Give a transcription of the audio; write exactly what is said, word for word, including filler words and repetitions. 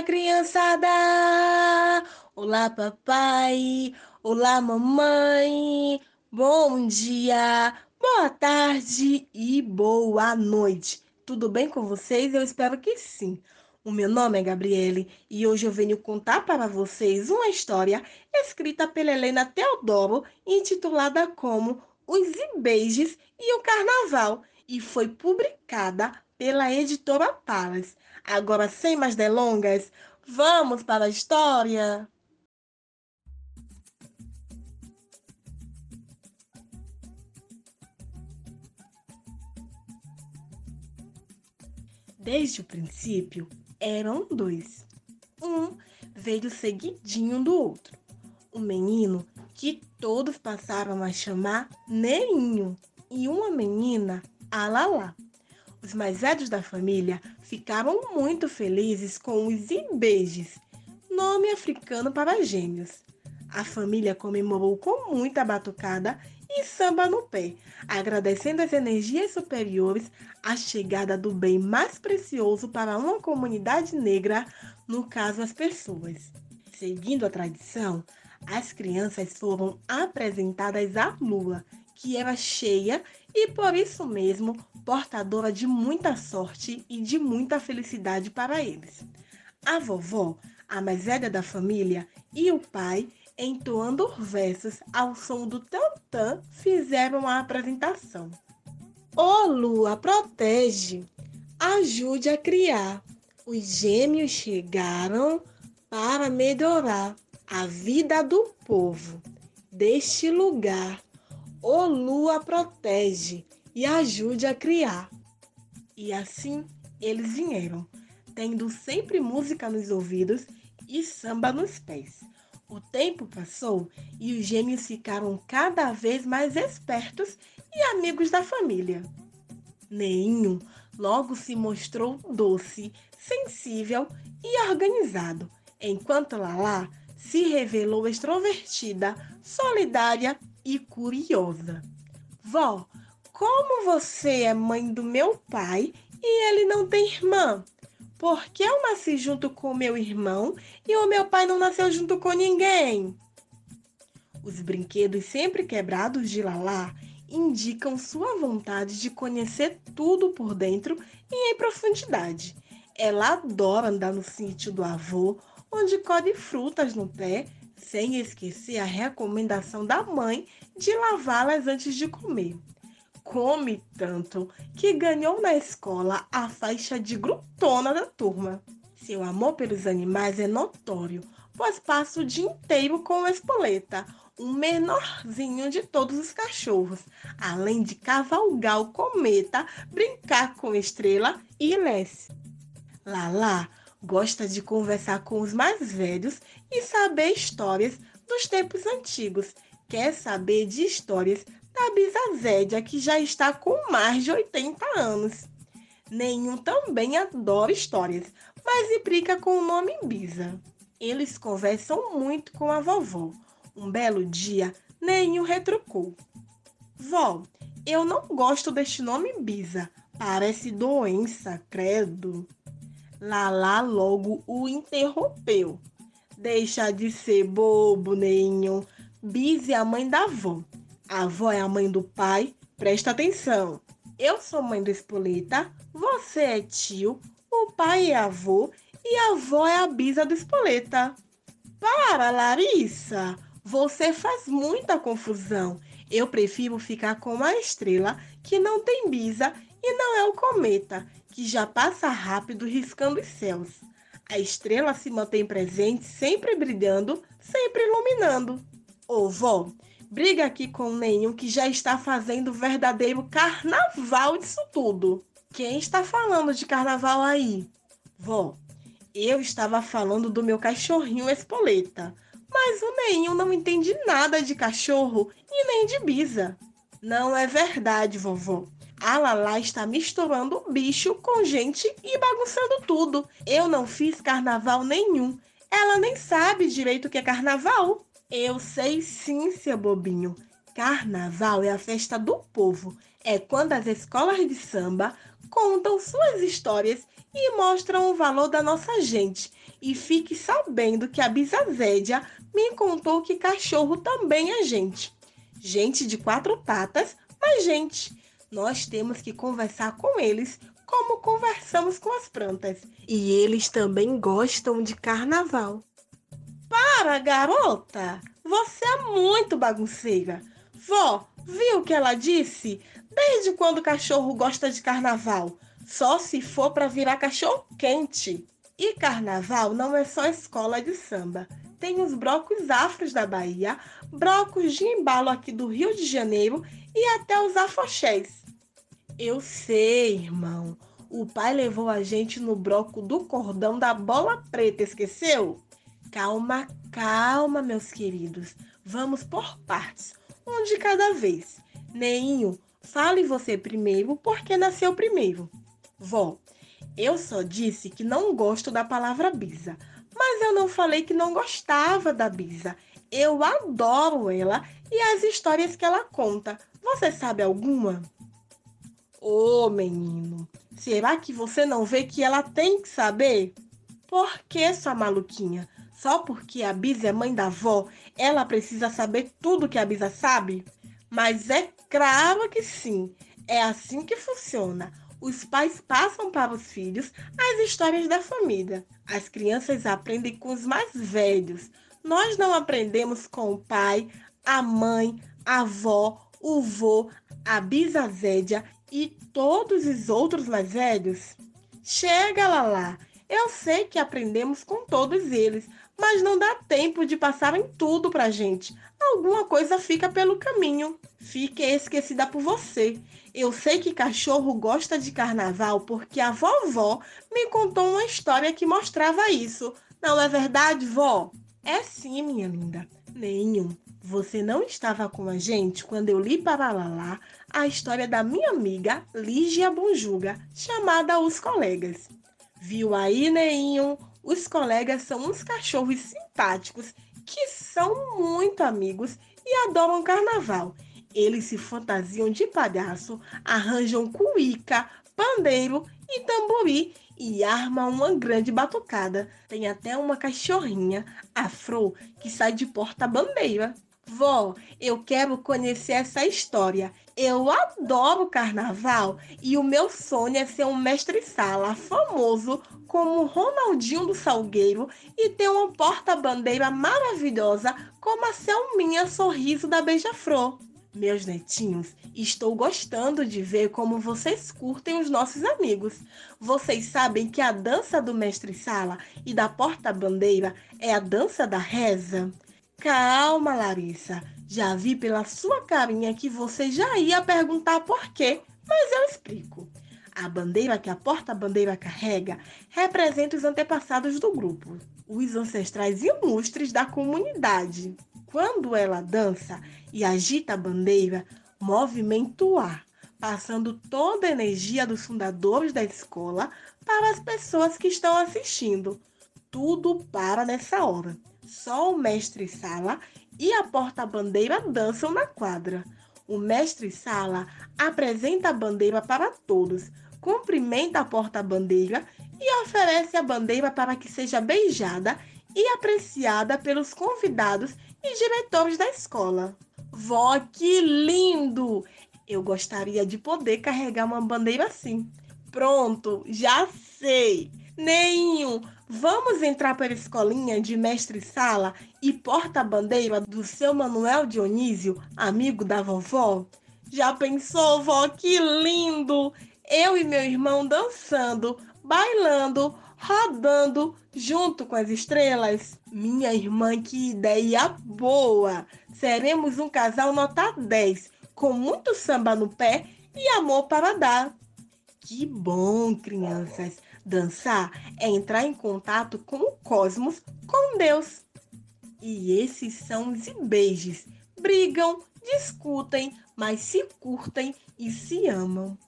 criançada! Olá, papai! Olá, mamãe! Bom dia, boa tarde e boa noite! Tudo bem com vocês? Eu espero que sim. O meu nome é Gabriele e hoje eu venho contar para vocês uma história escrita pela Helena Teodoro, intitulada como Os Ibejes e o Carnaval, e foi publicada pela editora Palas. Agora, sem mais delongas, vamos para a história. Desde o princípio, eram dois. Um veio seguidinho do outro. Um menino que todos passaram a chamar Neinho e uma menina, Alalá. Os mais velhos da família ficaram muito felizes com os Ibejes, nome africano para gêmeos. A família comemorou com muita batucada e samba no pé, agradecendo às energias superiores a chegada do bem mais precioso para uma comunidade negra, no caso as pessoas. Seguindo a tradição, as crianças foram apresentadas à lua, que era cheia e por isso mesmo portadora de muita sorte e de muita felicidade para eles. A vovó, a mais velha da família, e o pai, entoando versos ao som do tantã, fizeram a apresentação. Ó lua, protege, ajude a criar. Os gêmeos chegaram para melhorar a vida do povo deste lugar. Ó lua, protege e ajude a criar. E assim eles vieram, tendo sempre música nos ouvidos e samba nos pés. O tempo passou e os gêmeos ficaram cada vez mais espertos e amigos da família. Neinho logo se mostrou doce, sensível e organizado, enquanto Lalá se revelou extrovertida, solidária e curiosa. Vó, como você é mãe do meu pai e ele não tem irmã? Por que eu nasci junto com meu irmão e o meu pai não nasceu junto com ninguém? Os brinquedos sempre quebrados de Lalá indicam sua vontade de conhecer tudo por dentro e em profundidade. Ela adora andar no sítio do avô, onde colhe frutas no pé, sem esquecer a recomendação da mãe de lavá-las antes de comer. Come tanto que ganhou na escola a faixa de glutona da turma. Seu amor pelos animais é notório, pois passa o dia inteiro com o Espoleta, o menorzinho de todos os cachorros, além de cavalgar o cometa, brincar com Estrela e Lessie. Lalá gosta de conversar com os mais velhos e saber histórias dos tempos antigos. Quer saber de histórias da Bisa Zédia, que já está com mais de oitenta anos. Nenhum também adora histórias, mas implica com o nome Bisa. Eles conversam muito com a vovó. Um belo dia, Nenhum retrucou. Vó, eu não gosto deste nome Bisa. Parece doença, credo. Lalá logo o interrompeu. Deixa de ser bobo, Nenhum. Bisa é a mãe da avó. A avó é a mãe do pai. Presta atenção. Eu sou mãe do Espoleta, você é tio, o pai é avô e a avó é a bisa do Espoleta. Para, Larissa! Você faz muita confusão. Eu prefiro ficar com a Estrela, que não tem bisa, e não é o cometa, que já passa rápido riscando os céus. A estrela se mantém presente, sempre brilhando, sempre iluminando. Ô, vó, briga aqui com o Nenhum, que já está fazendo o verdadeiro carnaval disso tudo. Quem está falando de carnaval aí? Vó, eu estava falando do meu cachorrinho Espoleta, mas o Nenhum não entende nada de cachorro e nem de bisa. Não é verdade, vovó. A Lalá está misturando bicho com gente e bagunçando tudo. Eu não fiz carnaval nenhum. Ela nem sabe direito o que é carnaval. Eu sei sim, seu bobinho. Carnaval é a festa do povo. É quando as escolas de samba contam suas histórias e mostram o valor da nossa gente. E fique sabendo que a Bisa Zédia me contou que cachorro também é gente. Gente de quatro patas, mas gente. Nós temos que conversar com eles como conversamos com as plantas. E eles também gostam de carnaval. Para, garota! Você é muito bagunceira. Vó, viu o que ela disse? Desde quando o cachorro gosta de carnaval? Só se for para virar cachorro quente. E carnaval não é só escola de samba. Tem os blocos afros da Bahia, blocos de embalo aqui do Rio de Janeiro e até os afoxés. Eu sei, irmão. O pai levou a gente no bloco do cordão da bola preta, esqueceu? Calma, calma, meus queridos. Vamos por partes, um de cada vez. Neinho, fale você primeiro porque nasceu primeiro. Vó, eu só disse que não gosto da palavra bisa, mas eu não falei que não gostava da bisa. Eu adoro ela e as histórias que ela conta. Você sabe alguma? Ô, menino, será que você não vê que ela tem que saber? Por que, sua maluquinha? Só porque a Bisa é mãe da avó, ela precisa saber tudo que a Bisa sabe? Mas é claro que sim. É assim que funciona. Os pais passam para os filhos as histórias da família. As crianças aprendem com os mais velhos. Nós não aprendemos com o pai, a mãe, a avó, o vô, a bisazédia e todos os outros mais velhos? Chega, Lalá. Eu sei que aprendemos com todos eles, mas não dá tempo de passarem tudo pra gente. Alguma coisa fica pelo caminho. Fique esquecida por você. Eu sei que cachorro gosta de carnaval porque a vovó me contou uma história que mostrava isso. Não é verdade, vó? É sim, minha linda. Nenhum. Você não estava com a gente quando eu li para Lalá a história da minha amiga Lígia Bonjuga, chamada Os Colegas. Viu aí, Neinho? Os colegas são uns cachorros simpáticos que são muito amigos e adoram carnaval. Eles se fantasiam de palhaço, arranjam cuíca, pandeiro e tambori e armam uma grande batucada. Tem até uma cachorrinha, a Fro, que sai de porta-bandeira. Vó, eu quero conhecer essa história. Eu adoro carnaval e o meu sonho é ser um mestre-sala famoso como o Ronaldinho do Salgueiro e ter uma porta-bandeira maravilhosa como a Selminha Sorriso da Beija-Flor. Meus netinhos, estou gostando de ver como vocês curtem os nossos amigos. Vocês sabem que a dança do mestre-sala e da porta-bandeira é a dança da reza? Calma, Larissa. Já vi pela sua carinha que você já ia perguntar por quê, mas eu explico. A bandeira que a porta-bandeira carrega representa os antepassados do grupo, os ancestrais ilustres da comunidade. Quando ela dança e agita a bandeira, movimenta o ar, passando toda a energia dos fundadores da escola para as pessoas que estão assistindo. Tudo para nessa hora. Só o mestre-sala e a porta-bandeira dançam na quadra. O mestre-sala apresenta a bandeira para todos, cumprimenta a porta-bandeira e oferece a bandeira para que seja beijada e apreciada pelos convidados e diretores da escola. Vó, que lindo! Eu gostaria de poder carregar uma bandeira assim. Pronto, já sei! Neinho, vamos entrar para a escolinha de mestre-sala e porta-bandeira do seu Manuel Dionísio, amigo da vovó? Já pensou, vó? Que lindo! Eu e meu irmão dançando, bailando, rodando junto com as estrelas. Minha irmã, que ideia boa! Seremos um casal nota dez, com muito samba no pé e amor para dar. Que bom, crianças! Dançar é entrar em contato com o cosmos, com Deus. E esses são os beijos. Brigam, discutem, mas se curtem e se amam.